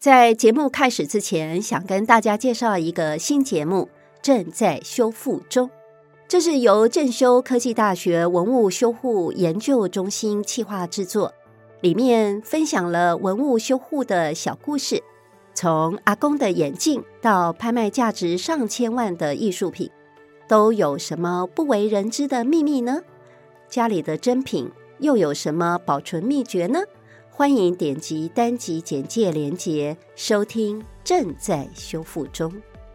在节目开始之前，想跟大家介绍一个新节目，正在修复中。这是由正修科技大学文物修护研究中心企划制作，里面分享了文物修护的小故事，从阿公的眼镜到拍卖价值上千万的艺术品，都有什么不为人知的秘密呢？家里的珍品又有什么保存秘诀呢？欢迎点击单集简介连结收听正在修复中。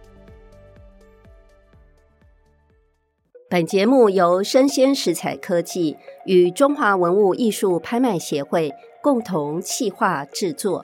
本节目由生鲜食材科技与中华文物艺术拍卖协会共同企划制作。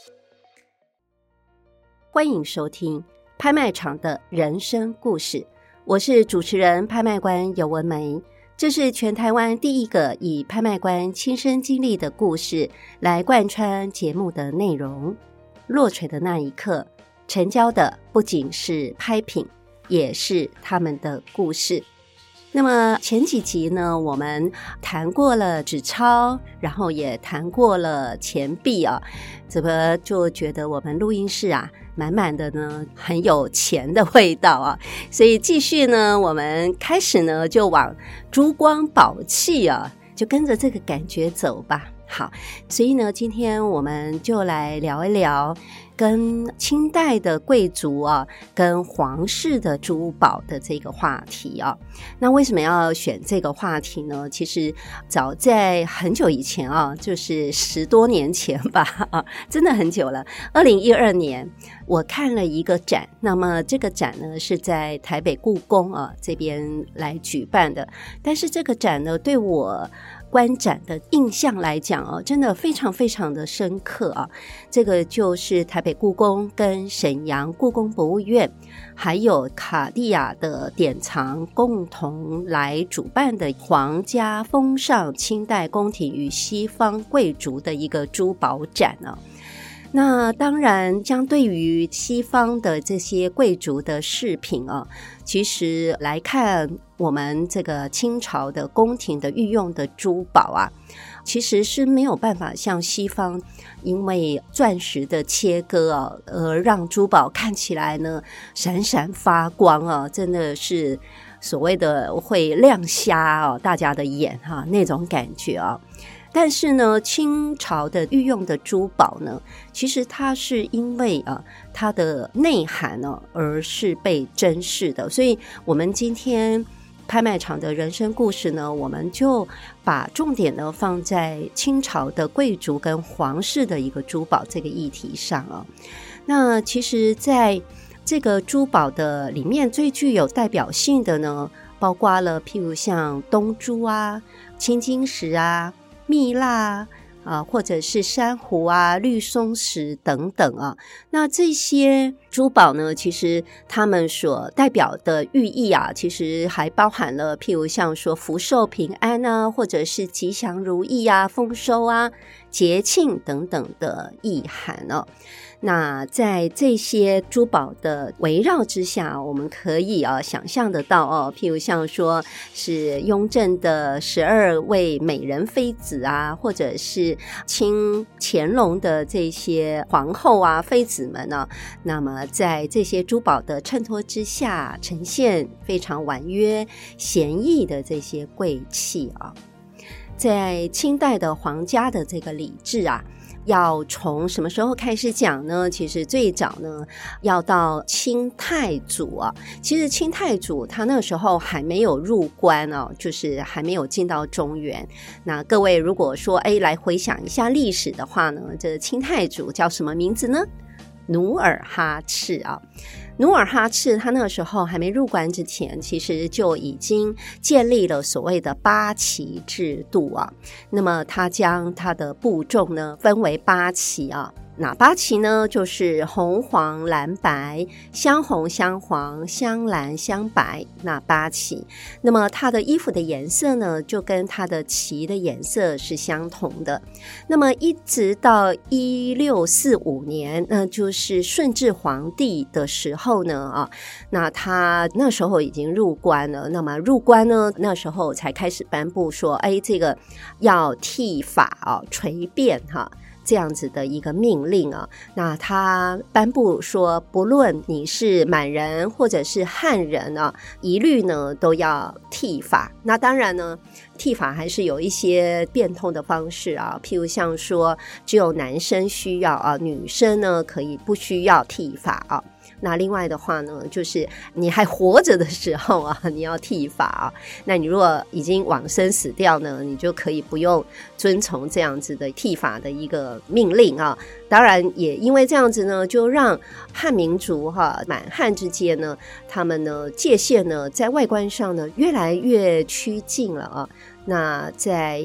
欢迎收听拍卖场的人生故事，我是主持人拍卖官尤文梅。这是全台湾第一个以拍卖官亲身经历的故事来贯穿节目的内容。落锤的那一刻，成交的不仅是拍品，也是他们的故事。那么前几集呢，我们谈过了纸钞，然后也谈过了钱币啊，怎么就觉得我们录音室啊满满的呢很有钱的味道啊，所以继续呢，我们开始呢就往珠光宝气啊，就跟着这个感觉走吧。好，所以呢今天我们就来聊一聊跟清代的贵族啊跟皇室的珠宝的这个话题啊。那为什么要选这个话题呢？其实早在很久以前啊，就是10多年前吧啊，真的很久了。2012年我看了一个展，那么这个展呢是在台北故宫啊这边来举办的，但是这个展呢对我观展的印象来讲啊，真的非常非常的深刻啊。这个就是台北故宫跟沈阳故宫博物院还有卡地亚的典藏共同来主办的皇家风尚清代宫廷与西方贵族的一个珠宝展啊。那当然相对于西方的这些贵族的饰品啊，其实来看我们这个清朝的宫廷的御用的珠宝啊，其实是没有办法像西方因为钻石的切割啊，而让珠宝看起来呢闪闪发光啊，真的是所谓的会亮瞎啊大家的眼啊那种感觉啊。但是呢，清朝的御用的珠宝呢，其实它是因为它的内涵呢而是被珍视的，所以我们今天拍卖场的人生故事呢，我们就把重点呢放在清朝的贵族跟皇室的一个珠宝这个议题上啊。那其实在这个珠宝的里面最具有代表性的呢，包括了譬如像东珠啊、青金石啊、蜜蜡或者是珊瑚啊、绿松石等等啊。那这些珠宝呢，其实它们所代表的寓意啊，其实还包含了譬如像说福寿平安啊，或者是吉祥如意啊、丰收啊、节庆等等的意涵哦。那在这些珠宝的围绕之下，我们可以想象得到譬如像说是雍正的12位美人妃子啊，或者是清乾隆的这些皇后啊、妃子们啊，那么在这些珠宝的衬托之下，呈现非常婉约闲逸的这些贵气啊。在清代的皇家的这个礼制啊，要从什么时候开始讲呢？其实最早呢要到清太祖啊。其实清太祖他那时候还没有入关啊，就是还没有进到中原。那各位如果说来回想一下历史的话呢，这清太祖叫什么名字呢？努尔哈赤啊。努尔哈赤他那个时候还没入关之前，其实就已经建立了所谓的八旗制度啊。那么他将他的部众呢分为8旗啊。哪8旗呢？就是红黄蓝白，香红香黄香蓝香白，那8旗。那么它的衣服的颜色呢，就跟它的旗的颜色是相同的。那么一直到1645年，那就是顺治皇帝的时候呢那他那时候已经入关了。那么入关呢，那时候才开始颁布说，这个要剃发垂辫这样子的一个命令啊。那他颁布说，不论你是满人或者是汉人啊，一律呢都要剃发。那当然呢，剃发还是有一些变通的方式啊，譬如像说只有男生需要啊，女生呢可以不需要剃发啊。那另外的话呢，就是你还活着的时候啊，你要剃发啊。那你如果已经往生死掉呢，你就可以不用遵从这样子的剃发的一个命令啊。当然也因为这样子呢，就让汉民族满汉之间呢，他们呢界限呢在外观上呢越来越趋近了啊。那在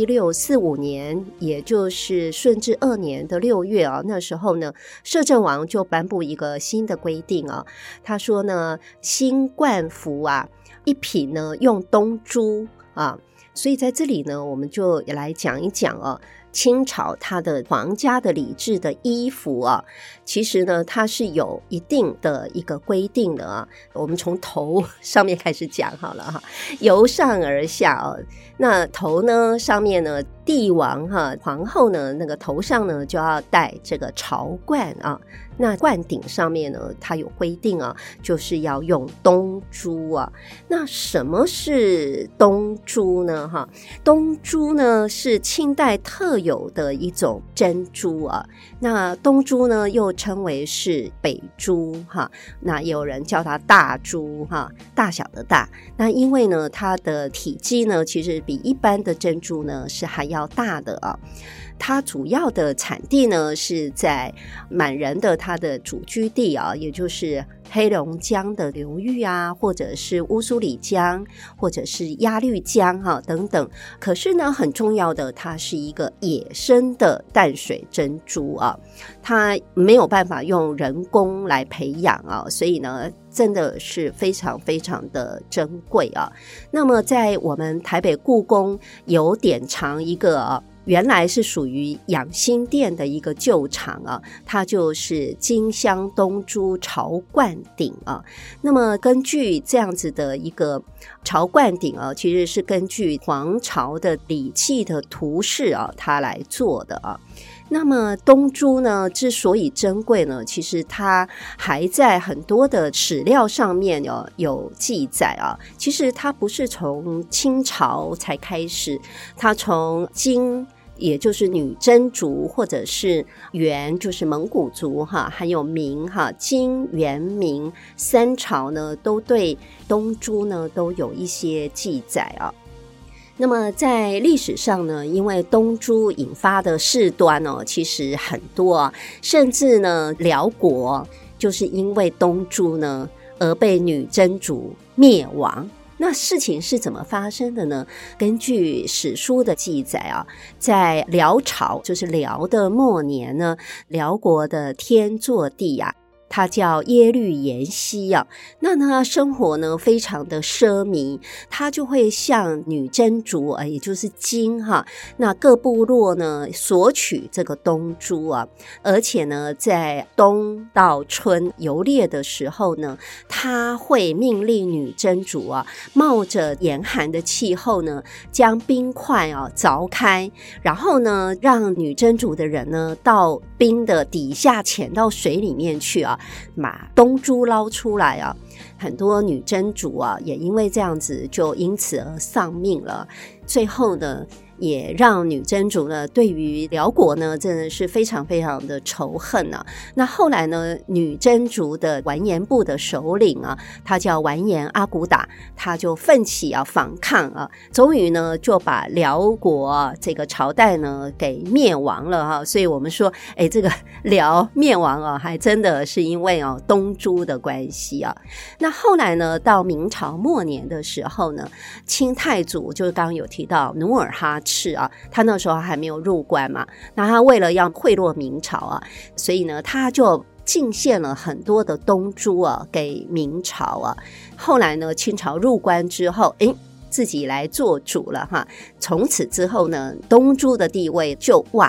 1645年，也就是顺治2年的6月啊，那时候呢，摄政王就颁布一个新的规定啊。他说呢，新冠服啊，一品呢用东珠啊。所以在这里呢，我们就来讲一讲啊，清朝它的皇家的礼制的衣服啊，其实呢它是有一定的一个规定的啊。我们从头上面开始讲好了哈，由上而下啊。那头呢上面呢，帝王皇后呢那个头上呢就要戴这个朝冠啊。那冠顶上面呢，它有规定啊，就是要用东珠啊。那什么是东珠呢？东珠呢是清代特有的一种珍珠啊。那东珠呢又称为是北珠那也有人叫它大珠大小的大。那因为呢它的体积呢其实比一般的珍珠呢是还要大的啊。它主要的产地呢是在满人的它的主居地啊，也就是黑龙江的流域啊，或者是乌苏里江，或者是鸭绿江等等。可是呢很重要的，它是一个野生的淡水珍珠啊，它没有办法用人工来培养啊，所以呢真的是非常非常的珍贵啊。那么在我们台北故宫有典藏一个原来是属于养心殿的一个旧厂啊，它就是金镶东珠朝冠顶啊。那么根据这样子的一个朝冠顶啊，其实是根据皇朝的礼器的图示啊，它来做的啊。那么东珠呢之所以珍贵呢，其实它还在很多的史料上面有记载啊。其实它不是从清朝才开始，它从金也就是女真族，或者是元就是蒙古族还有明金元明三朝呢，都对东珠呢都有一些记载啊。那么在历史上呢，因为东珠引发的事端其实很多啊，甚至呢辽国就是因为东珠呢而被女真族灭亡。那事情是怎么发生的呢？根据史书的记载啊，在辽朝就是辽的末年呢，辽国的天祚帝啊，他叫耶律延禧啊。那他生活呢非常的奢靡，他就会向女真族也就是金那各部落呢索取这个东珠啊。而且呢在冬到春游猎的时候呢，他会命令女真族啊，冒着严寒的气候呢，将冰块凿开，然后呢让女真族的人呢到冰的底下潜到水里面去啊，把东珠捞出来啊。很多女真族啊也因为这样子就因此而丧命了。最后呢也让女真族呢对于辽国呢真的是非常非常的仇恨啊。那后来呢，女真族的完颜部的首领啊，他叫完颜阿骨打，他就奋起反抗啊，终于呢就把辽国这个朝代呢给灭亡了所以我们说这个辽灭亡还真的是因为东珠的关系啊。那后来呢到明朝末年的时候呢，清太祖就是刚刚有提到努尔哈赤啊，他那时候还没有入关嘛，那他为了要贿赂明朝啊，所以呢他就进献了很多的东珠给明朝啊。后来呢清朝入关之后自己来做主了从此之后呢，东珠的地位就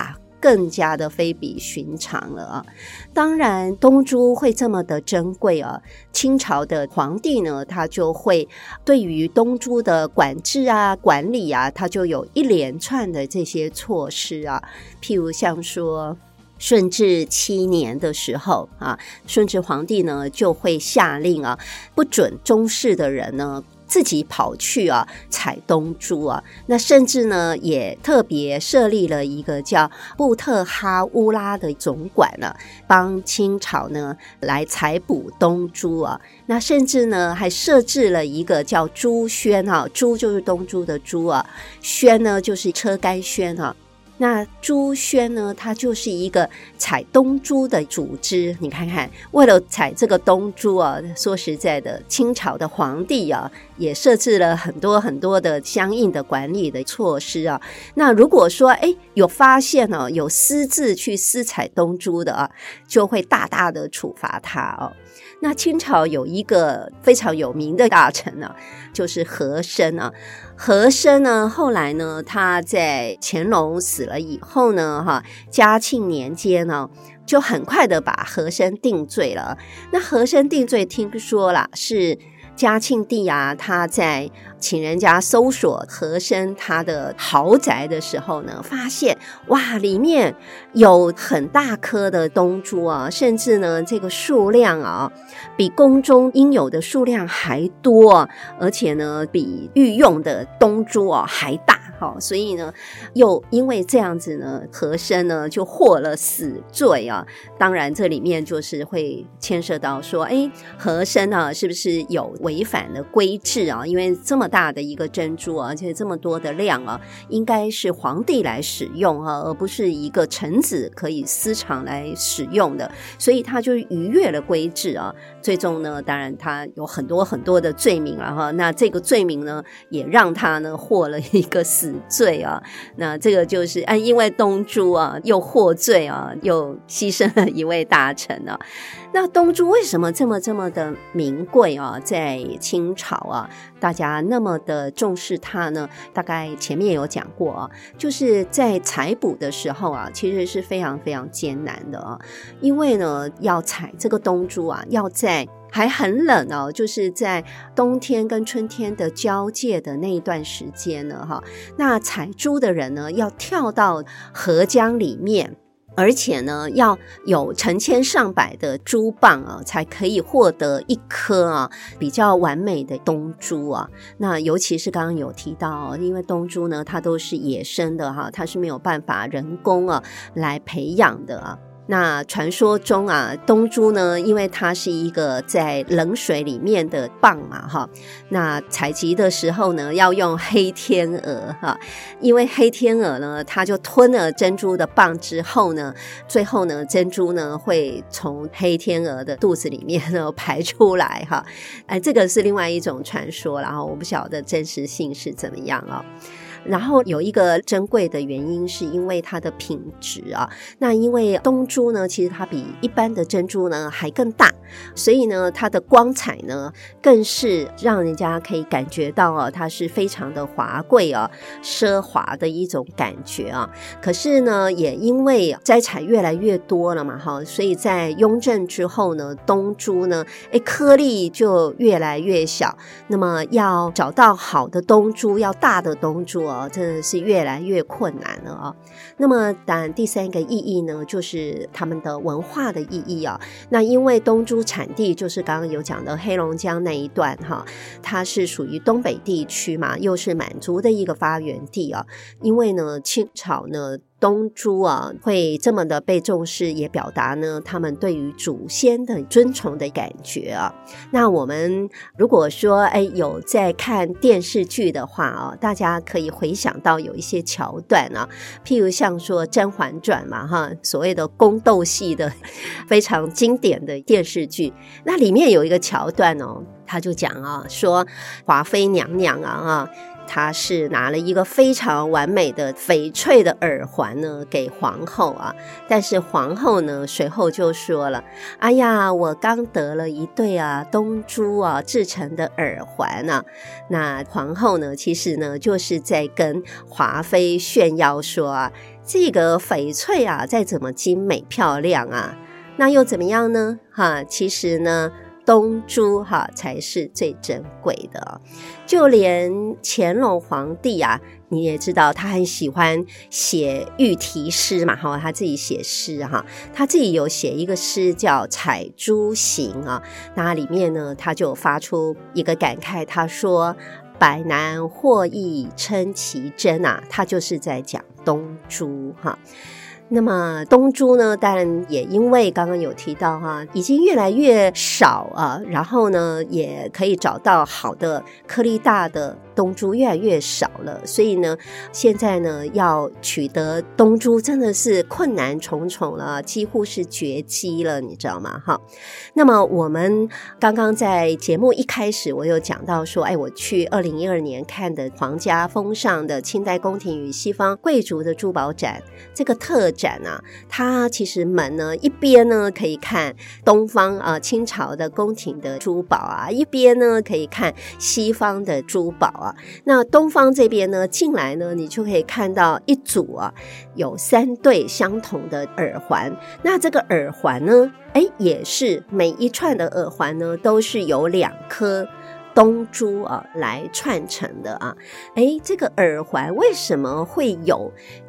更加的非比寻常了啊。当然东珠会这么的珍贵啊，清朝的皇帝呢，他就会对于东珠的管制啊管理啊，他就有一连串的这些措施啊，譬如像说顺治7年的时候啊，顺治皇帝呢就会下令啊，不准中士的人呢自己跑去啊采东珠啊，那甚至呢也特别设立了一个叫布特哈乌拉的总管啊，帮清朝呢来采捕东珠啊，那甚至呢还设置了一个叫珠宣啊，珠就是东珠的珠啊，宣呢就是车干宣啊。那珠宣呢，它就是一个采东珠的组织。你看看，为了采这个东珠啊，说实在的，清朝的皇帝啊，也设置了很多很多的相应的管理的措施啊。那如果说有发现哦，有私自去私采东珠的啊，就会大大的处罚他哦。那清朝有一个非常有名的大臣啊，就是和珅啊。和珅呢，后来呢，他在乾隆死了以后呢，嘉庆年间呢，就很快的把和珅定罪了。那和珅定罪听说啦，是嘉庆帝啊，他在请人家搜索和珅他的豪宅的时候呢，发现哇，里面有很大颗的东珠啊，甚至呢这个数量啊比宫中应有的数量还多啊，而且呢比御用的东珠啊还大。所以呢又因为这样子呢，和珅呢就获了死罪啊。当然这里面就是会牵涉到说和珅啊是不是有违反了规制啊，因为这么大的一个珍珠啊，而且这么多的量啊，应该是皇帝来使用啊，而不是一个臣子可以私藏来使用的，所以他就逾越了规制啊。最终呢当然他有很多很多的罪名了哈，那这个罪名呢也让他呢获了一个死罪啊。那这个就是因为东珠啊又获罪啊，又牺牲了一位大臣啊。那东珠为什么这么的名贵啊？在清朝啊大家那么的重视它呢？大概前面有讲过啊，就是在采捕的时候啊，其实是非常非常艰难的啊。因为呢要采这个东珠啊，要在还很冷哦，就是在冬天跟春天的交界的那一段时间呢，那采珠的人呢要跳到河江里面，而且呢要有成千上百的珠蚌啊，才可以获得一颗啊比较完美的东珠啊。那尤其是刚刚有提到因为东珠呢它都是野生的它是没有办法人工来培养的啊。那传说中啊，东珠呢，因为它是一个在冷水里面的蚌嘛那采集的时候呢要用黑天鹅因为黑天鹅呢它就吞了珍珠的蚌之后呢，最后呢珍珠呢会从黑天鹅的肚子里面呢排出来这个是另外一种传说，然后我不晓得真实性是怎么样然后有一个珍贵的原因是因为它的品质啊，那因为东珠呢其实它比一般的珍珠呢还更大，所以呢它的光彩呢更是让人家可以感觉到它是非常的华贵奢华的一种感觉可是呢也因为摘采越来越多了嘛所以在雍正之后呢，东珠呢颗粒就越来越小，那么要找到好的东珠，要大的东珠真的是越来越困难了那么当然第三个意义呢就是他们的文化的意义那因为东珠产地就是刚刚有讲的黑龙江那一段它是属于东北地区嘛，又是满族的一个发源地因为呢清朝呢东珠会这么的被重视，也表达呢他们对于祖先的尊崇的感觉那我们如果说有在看电视剧的话大家可以回想到有一些桥段譬如像说《甄嬛传》嘛所谓的宫斗戏的非常经典的电视剧，那里面有一个桥段他就讲说华妃娘娘他是拿了一个非常完美的翡翠的耳环呢给皇后啊，但是皇后呢随后就说了，哎呀，我刚得了一对东珠制成的耳环啊。那皇后呢其实呢就是在跟华妃炫耀说这个翡翠再怎么精美漂亮那又怎么样呢其实呢东珠才是最珍贵的。就连乾隆皇帝你也知道他很喜欢写御题诗嘛他自己写诗他自己有写一个诗叫采珠行那里面呢他就发出一个感慨，他说百难获益称其真他就是在讲东珠那么东珠呢当然也因为刚刚有提到已经越来越少然后呢也可以找到好的颗粒大的东珠越来越少了，所以呢现在呢要取得东珠真的是困难重重了，几乎是绝迹了，你知道吗那么我们刚刚在节目一开始我有讲到说我去2012年看的皇家风尚的清代宫廷与西方贵族的珠宝展，这个特展它其实门呢一边呢可以看东方清朝的宫廷的珠宝一边呢可以看西方的珠宝那东方这边呢进来呢你就可以看到一组有3对相同的耳环，那这个耳环呢也是每一串的耳环呢都是由2颗东珠来串成的这个耳环为什么会有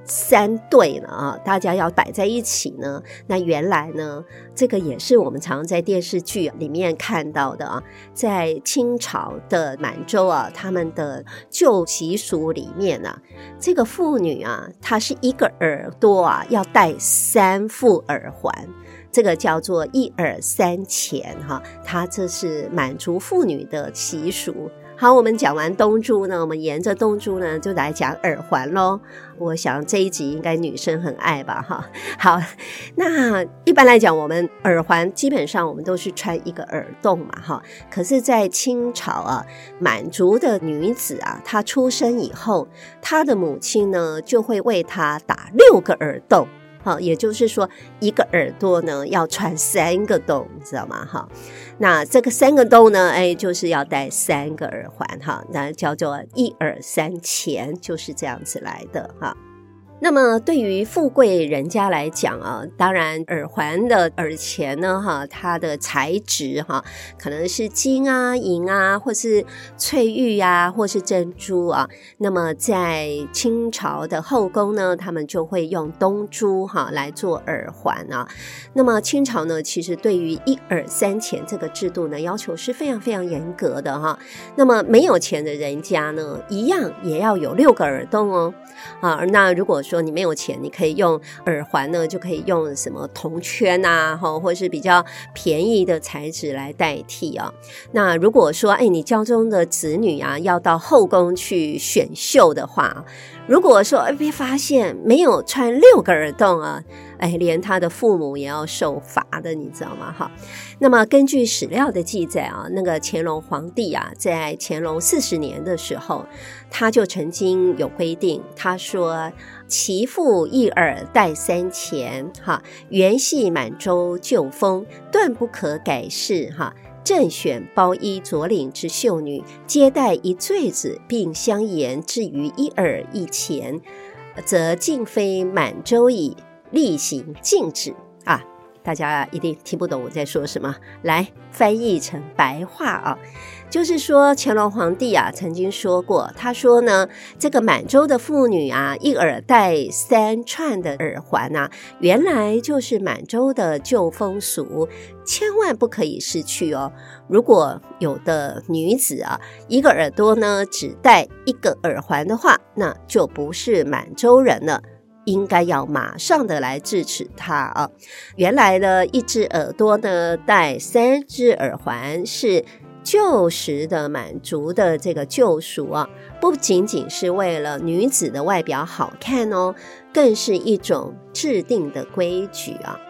3对呢大家要摆在一起呢？那原来呢这个也是我们常在电视剧里面看到的在清朝的满洲他们的旧习俗里面这个妇女她是一个耳朵要戴3副耳环，这个叫做一耳3钱它这是满族妇女的习俗。好，我们讲完东珠呢，我们沿着东珠呢就来讲耳环咯。我想这一集应该女生很爱吧好，那一般来讲我们耳环基本上我们都是穿一个耳洞嘛可是在清朝满族的女子她出生以后，她的母亲呢就会为她打6个耳洞也就是说一个耳朵呢要穿3个洞，你知道吗那这个3个洞呢就是要戴3个耳环那叫做一耳3钱，就是这样子来的那么对于富贵人家来讲当然耳环的耳钱呢它的材质可能是金银或是翠玉或是珍珠那么在清朝的后宫呢，他们就会用东珠来做耳环那么清朝呢其实对于一耳3钱这个制度呢要求是非常非常严格的那么没有钱的人家呢一样也要有6个耳洞那如果说你没有钱，你可以用耳环呢就可以用什么铜圈或是比较便宜的材质来代替那如果说你家中的子女要到后宫去选秀的话，如果说被发现没有穿6个耳洞连他的父母也要受罚的，你知道吗那么根据史料的记载那个乾隆皇帝在乾隆40年的时候，他就曾经有规定，他说其父一耳戴3钱原系满洲旧风，断不可改式正选包衣左领之秀女，皆戴一坠子，并相沿至于一耳1钱，则尽非满洲矣，例行禁止大家一定听不懂我在说什么，来翻译成白话就是说乾隆皇帝曾经说过，他说呢这个满洲的妇女一耳戴3串的耳环原来就是满洲的旧风俗，千万不可以失去如果有的女子一个耳朵呢只戴1个耳环的话，那就不是满洲人了，应该要马上的来制止他原来呢一只耳朵呢戴3只耳环是旧时的满族的这个旧俗不仅仅是为了女子的外表好看更是一种制定的规矩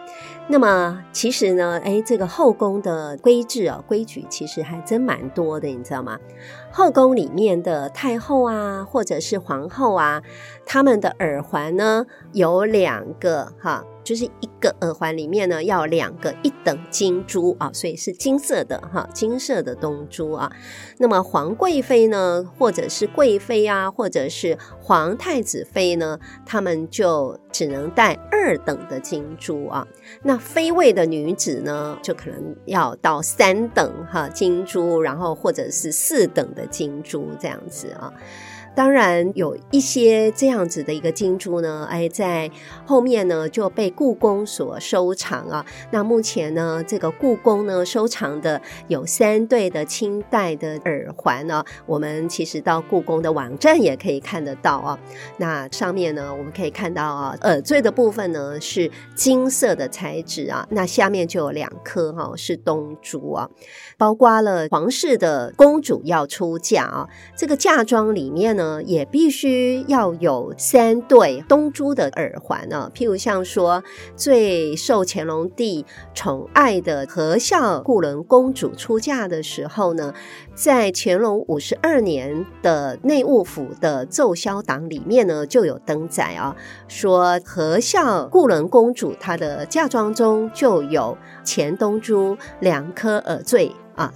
那么其实呢，这个后宫的规制规矩其实还真蛮多的，你知道吗？后宫里面的太后啊，或者是皇后啊，他们的耳环呢有2个就是一个耳环里面呢要2个1等金珠所以是金色的金色的东珠那么皇贵妃呢，或者是贵妃啊，或者是皇太子妃呢，他们就只能戴2等的金珠那妃位的女子呢，就可能要到3等金珠，然后或者是4等的金珠这样子当然有一些这样子的一个金珠呢，在后面呢就被故宫所收藏那目前呢，这个故宫呢收藏的有3对的清代的耳环我们其实到故宫的网站也可以看得到那上面呢，我们可以看到耳坠的部分呢是金色的材质那下面就有2颗是东珠包括了皇室的公主要出嫁这个嫁妆里面呢也必须要有3对东珠的耳环譬如像说最受乾隆帝宠爱的和孝固伦公主出嫁的时候呢，在乾隆52年的内务府的奏销档里面呢就有登载说和孝固伦公主她的嫁妆中就有钱东珠2颗耳坠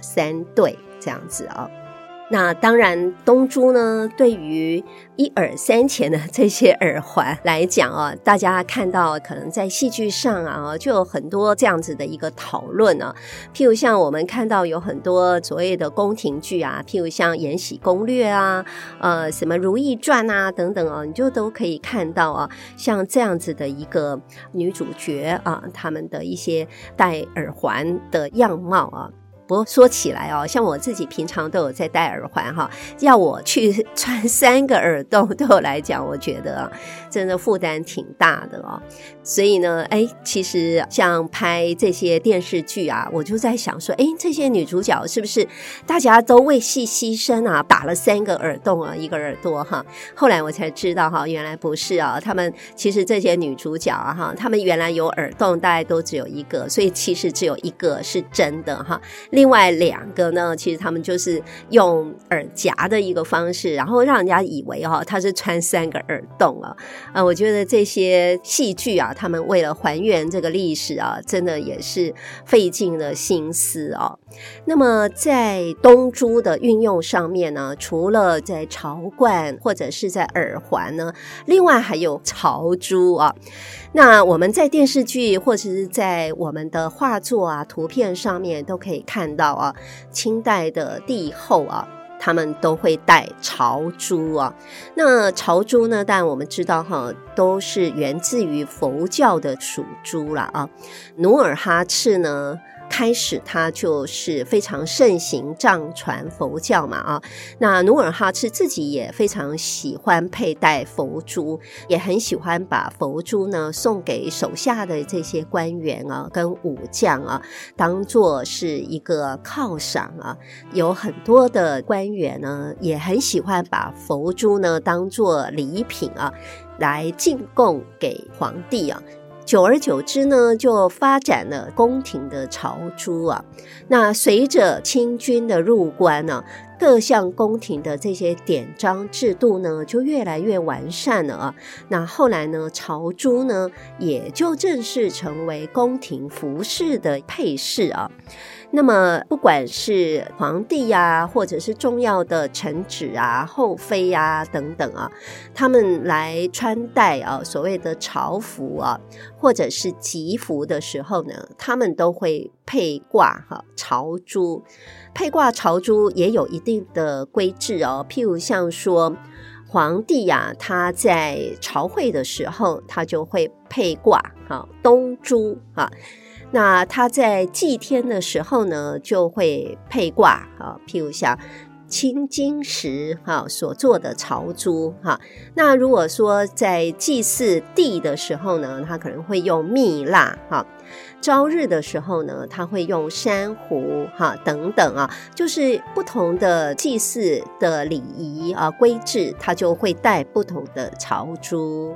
3对这样子那当然东珠呢对于1耳3钱的这些耳环来讲大家看到可能在戏剧上就有很多这样子的一个讨论譬如像我们看到有很多所谓的宫廷剧譬如像延禧攻略什么如懿传等等你就都可以看到像这样子的一个女主角她们的一些戴耳环的样貌不过说起来像我自己平常都有在戴耳环要我去穿3个耳洞，对我来讲我觉得真的负担挺大的所以呢其实像拍这些电视剧我就在想说这些女主角是不是大家都为戏牺牲打了3个耳洞1个耳朵后来我才知道原来不是他们其实这些女主角她们原来有耳洞大概都只有1个，所以其实只有1个是真的另外2个呢，其实他们就是用耳夹的一个方式，然后让人家以为他是穿3个耳洞我觉得这些戏剧他们为了还原这个历史真的也是费尽了心思那么在东珠的运用上面呢，除了在朝冠或者是在耳环呢，另外还有朝珠那我们在电视剧或者是在我们的画作图片上面都可以看到清代的帝后他们都会戴朝珠那朝珠呢，但我们知道都是源自于佛教的属珠啦努尔哈赤呢开始他就是非常盛行藏传佛教嘛那努尔哈赤自己也非常喜欢佩戴佛珠，也很喜欢把佛珠呢送给手下的这些官员跟武将当作是一个犒赏有很多的官员呢也很喜欢把佛珠呢当作礼品来进贡给皇帝久而久之呢，就发展了宫廷的朝珠那随着清军的入关各项宫廷的这些典章制度呢就越来越完善了那后来呢，朝珠呢也就正式成为宫廷服饰的配饰那么不管是皇帝或者是重要的臣子后妃等等他们来穿戴所谓的朝服或者是吉服的时候呢，他们都会佩挂朝珠。佩挂朝珠也有一定的规制譬如像说皇帝他在朝会的时候他就会佩挂东珠那他在祭天的时候呢就会佩挂譬如像青金石所做的朝珠那如果说在祭祀地的时候呢，他可能会用蜜蜡朝日的时候呢，他会用珊瑚等等就是不同的祭祀的礼仪规制，他就会戴不同的朝珠。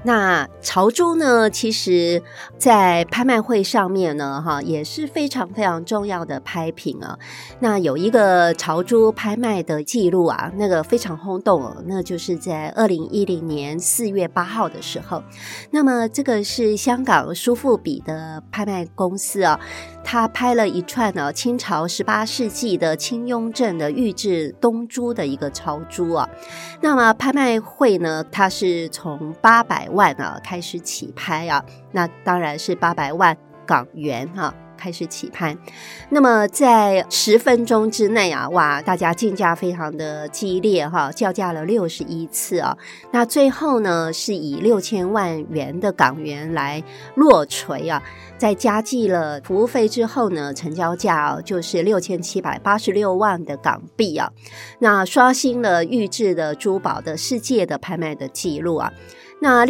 那潮珠呢，其实在拍卖会上面呢也是非常非常重要的拍品啊。那有一个潮珠拍卖的记录啊，那个非常轰动哦，那就是在2010年4月8号的时候。那么这个是香港苏富比的拍卖公司啊，他拍了一串呢清朝18世纪的清雍正的御制东珠的一个潮珠啊。那么拍卖会呢，它是从800万开始起拍啊，那当然是800万港元开始起拍。那么在10分钟之内啊，哇，大家竞价非常的激烈叫价了61次啊。那最后呢，是以6000万元的港元来落锤啊。在加计了服务费之后呢，成交价就是6786万的港币啊。那刷新了御制的珠宝的世界的拍卖的记录啊。那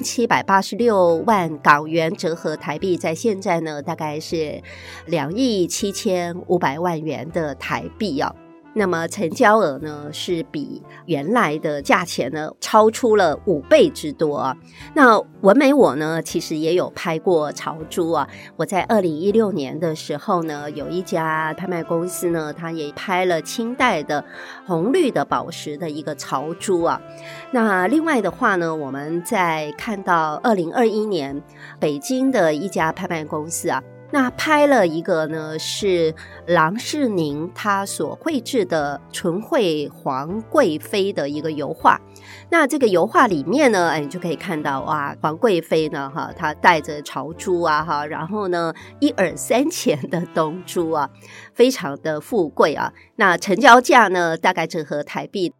6786万港元折合台币，在现在呢大概是2亿7500万元的台币啊。那么成交额呢是比原来的价钱呢超出了5倍之多啊。那文美我呢其实也有拍过潮珠啊，我在2016年的时候呢，有一家拍卖公司呢，它也拍了清代的红绿的宝石的一个潮珠啊。那另外的话呢，我们在看到2021年北京的一家拍卖公司啊，那拍了一个呢是郎世宁他所绘制的纯绘皇贵妃的一个油画。那这个油画里面呢，你就可以看到哇，皇贵妃呢她戴着朝珠啊然后呢1耳3钱的东珠啊，非常的富贵啊。那成交价呢大概折合台币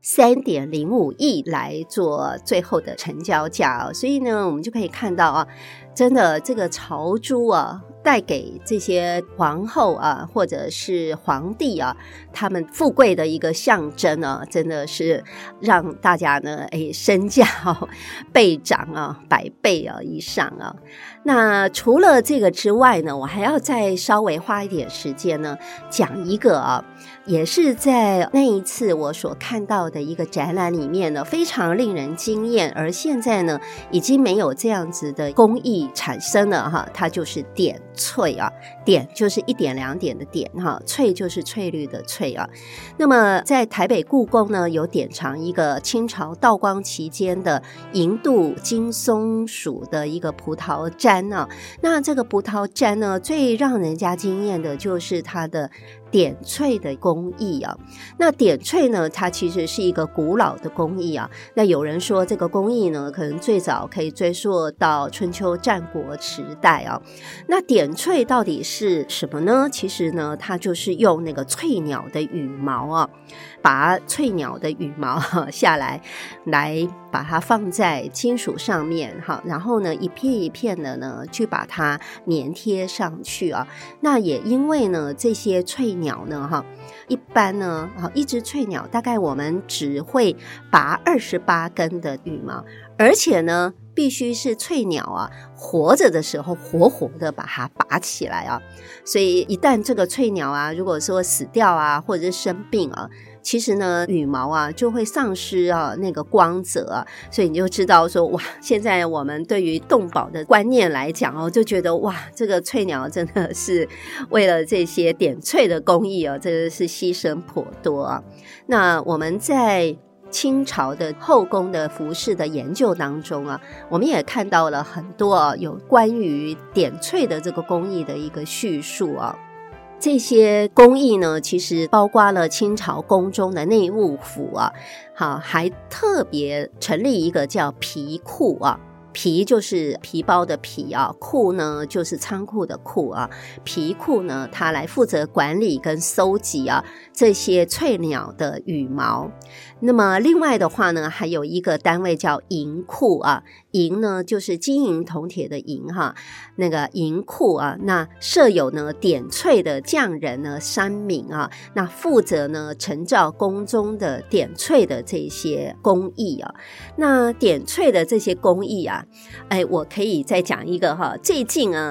3.05亿来做最后的成交价啊。所以呢我们就可以看到啊，真的这个潮珠啊带给这些皇后啊或者是皇帝啊他们富贵的一个象征啊，真的是让大家呢身价倍涨啊100倍以上啊。那除了这个之外呢，我还要再稍微花一点时间呢讲一个啊，也是在那一次我所看到的一个展览里面呢非常令人惊艳，而现在呢已经没有这样子的工艺产生了它就是点翠啊。点就是1点2点的点翠就是翠绿的翠啊。那么在台北故宫呢有典藏一个清朝道光期间的银镀金松属的一个葡萄簪啊。那这个葡萄簪呢最让人家惊艳的就是它的点翠的工艺啊。那点翠呢它其实是一个古老的工艺啊。那有人说这个工艺呢可能最早可以追溯到春秋战国时代啊。那点翠到底是什么呢？其实呢它就是用那个翠鸟的羽毛啊，把翠鸟的羽毛下来把它放在金属上面然后呢一片一片的呢去把它粘贴上去啊。那也因为呢这些翠鸟呢一般呢一只翠鸟大概我们只会拔28根的羽毛，而且呢必须是翠鸟啊活着的时候活活的把它拔起来啊。所以一旦这个翠鸟啊如果说死掉啊或者是生病啊，其实呢羽毛啊就会丧失那个光泽啊。所以你就知道说哇，现在我们对于动保的观念来讲就觉得哇，这个翠鸟真的是为了这些点翠的工艺真的是牺牲颇多啊。那我们在清朝的后宫的服饰的研究当中啊，我们也看到了很多有关于点翠的这个工艺的一个叙述啊。这些工艺呢其实包括了清朝宫中的内务府啊，还特别成立一个叫皮库啊。皮就是皮包的皮啊，库呢就是仓库的库啊。皮库呢它来负责管理跟搜集啊这些翠鸟的羽毛。那么另外的话呢还有一个单位叫银库啊，银呢就是金银铜铁的银那个银库啊。那设有呢点翠的匠人呢3名啊，那负责呢承造宫中的点翠的这些工艺啊。那点翠的这些工艺啊，我可以再讲一个最近啊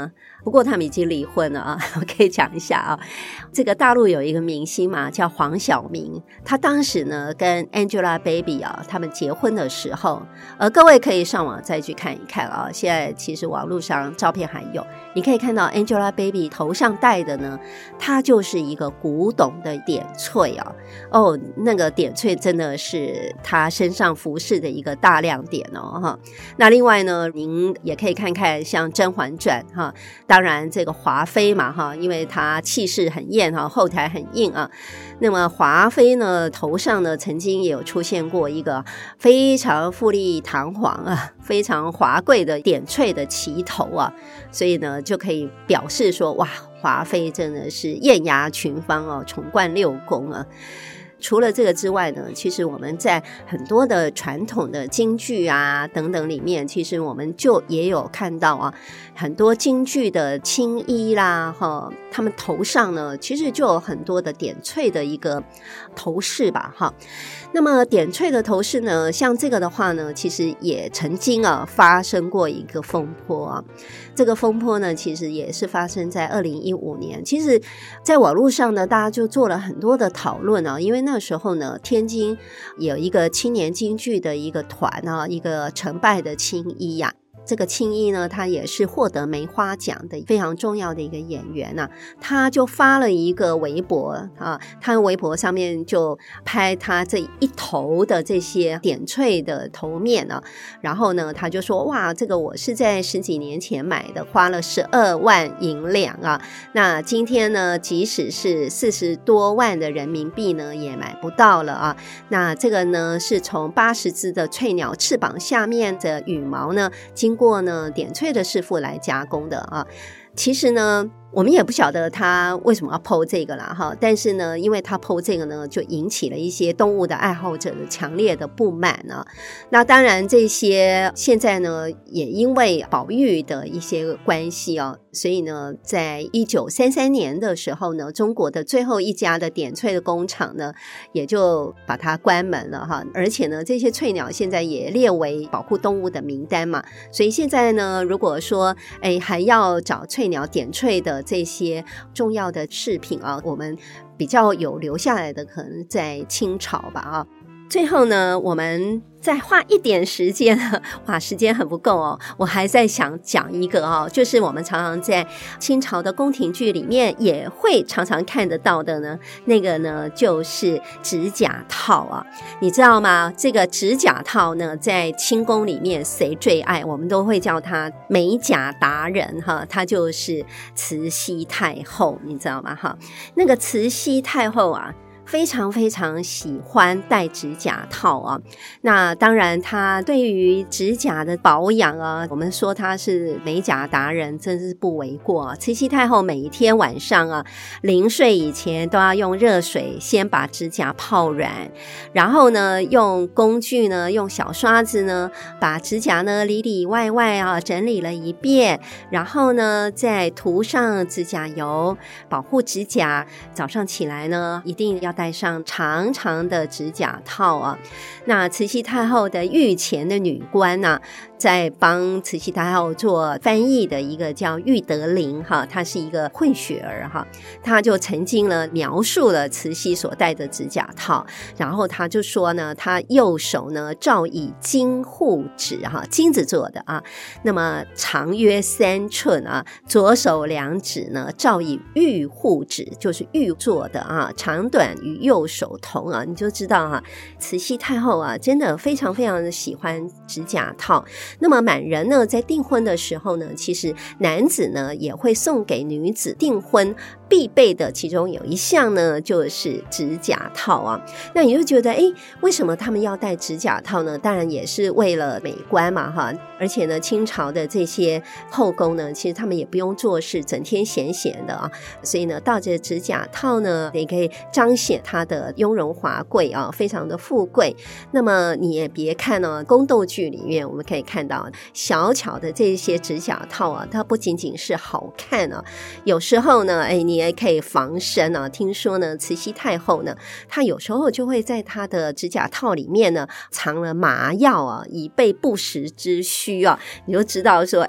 不过他们已经离婚了啊。我可以讲一下啊，这个大陆有一个明星嘛，叫黄晓明，他当时呢跟 Angelababy 啊他们结婚的时候，各位可以上网再去看一看啊。现在其实网络上照片还有，你可以看到 Angelababy 头上戴的呢，它就是一个古董的点翠啊。那个点翠真的是他身上服饰的一个大亮点哦哈。那另外呢，您也可以看看像《甄嬛传》哈，当然这个华妃嘛哈，因为她气势很艳哈，后台很硬啊。那么华妃呢，头上呢曾经也有出现过一个非常富丽堂皇啊，非常华贵的点翠的旗头啊，所以呢就可以表示说，哇，华妃真的是艳压群芳哦，宠冠六宫啊。除了这个之外呢，其实我们在很多的传统的京剧啊等等里面，其实我们就也有看到啊，很多京剧的青衣啦他们头上呢其实就有很多的点翠的一个头饰吧哈。那么点翠的头饰呢，像这个的话呢，其实也曾经发生过一个风波啊。这个风波呢，其实也是发生在2015年。其实在网络上呢，大家就做了很多的讨论啊，因为那时候呢，天津有一个青年京剧的一个团啊，一个成败的青衣啊。这个青衣呢，他也是获得梅花奖的非常重要的一个演员啊，他就发了一个微博啊，他微博上面就拍他这一头的这些点翠的头面啊，然后呢他就说，哇，这个我是在10几年前买的，花了12万银两啊，那今天呢即使是40多万的人民币呢也买不到了啊。那这个呢是从80只的翠鸟翅膀下面的羽毛呢经过呢点翠的师傅来加工的啊。其实呢我们也不晓得他为什么要 po 这个啦哈，但是呢因为他 po 这个呢就引起了一些动物的爱好者的强烈的不满啊。那当然这些现在呢也因为保育的一些关系啊，所以呢在1933年的时候呢，中国的最后一家的点翠的工厂呢也就把它关门了哈。而且呢这些翠鸟现在也列为保护动物的名单嘛，所以现在呢如果说还要找翠鸟点翠的这些重要的饰品啊，我们比较有留下来的可能在清朝吧啊。最后呢我们再花一点时间哇，时间很不够哦，我还在想讲一个哦，就是我们常常在清朝的宫廷剧里面也会常常看得到的呢，那个呢就是指甲套啊。你知道吗？这个指甲套呢在清宫里面谁最爱？我们都会叫她美甲达人哈，她就是慈禧太后，你知道吗哈？那个慈禧太后啊非常非常喜欢戴指甲套啊。那当然他对于指甲的保养啊，我们说他是美甲达人真是不为过啊。慈禧太后每一天晚上啊临睡以前都要用热水先把指甲泡软，然后呢用工具呢用小刷子呢把指甲呢里里外外啊整理了一遍，然后呢再涂上指甲油保护指甲。早上起来呢一定要戴上长长的指甲套啊。那慈禧太后的御前的女官啊，在帮慈禧太后做翻译的一个叫玉德林哈，她是一个混血儿哈，她就曾经呢描述了慈禧所戴的指甲套，然后她就说呢，她右手呢罩以金护指哈，金子做的啊，那么长约3寸啊，左手2指呢罩以玉护指，就是玉做的啊，长短与右手同啊，你就知道啊，慈禧太后啊真的非常非常的喜欢指甲套。那么满人呢在订婚的时候呢，其实男子呢也会送给女子订婚必备的，其中有一项呢就是指甲套啊。那你就觉得为什么他们要戴指甲套呢？当然也是为了美观嘛哈。而且呢清朝的这些后宫呢，其实他们也不用做事，整天闲闲的啊，所以呢戴着指甲套呢也可以彰显他的雍容华贵啊，非常的富贵。那么你也别看宫斗剧里面我们可以看到小巧的这些指甲套啊，它不仅仅是好看啊，有时候呢你也可以防身啊。听说呢慈禧太后呢，她有时候就会在她的指甲套里面呢藏了麻药啊，以备不时之需啊。你就知道说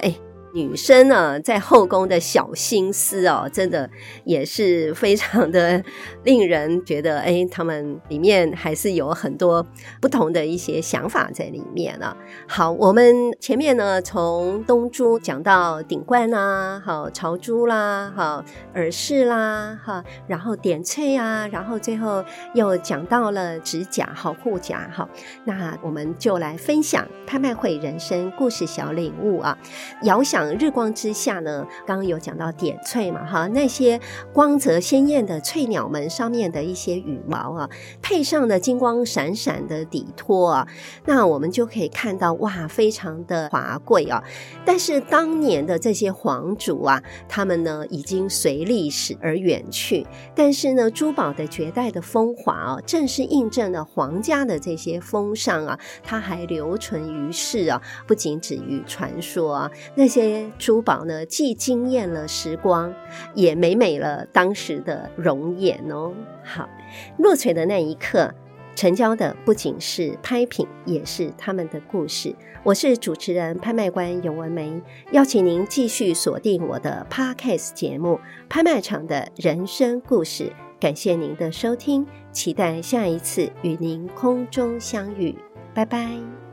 女生呢在后宫的小心思哦，真的也是非常的令人觉得他们里面还是有很多不同的一些想法在里面啊。好，我们前面呢从东珠讲到顶冠啦，好朝珠啦，好耳饰啦，好然后点翠啊，然后最后又讲到了指甲，好护甲。好，那我们就来分享拍卖会人生故事小领悟啊。遥想日光之下呢，刚刚有讲到点翠嘛哈，那些光泽鲜艳的翠鸟们上面的一些羽毛啊，配上了金光闪闪的底托啊，那我们就可以看到哇，非常的华贵啊。但是当年的这些皇族啊，他们呢已经随历史而远去，但是呢珠宝的绝代的风华啊，正是印证了皇家的这些风尚啊，它还留存于世啊，不仅止于传说啊。那些珠宝呢，既惊艳了时光，也美了当时的容颜哦。好，落锤的那一刻，成交的不仅是拍品，也是他们的故事。我是主持人拍卖官尤文梅，邀请您继续锁定我的 Podcast 节目《拍卖场的人生故事》。感谢您的收听，期待下一次与您空中相遇，拜拜。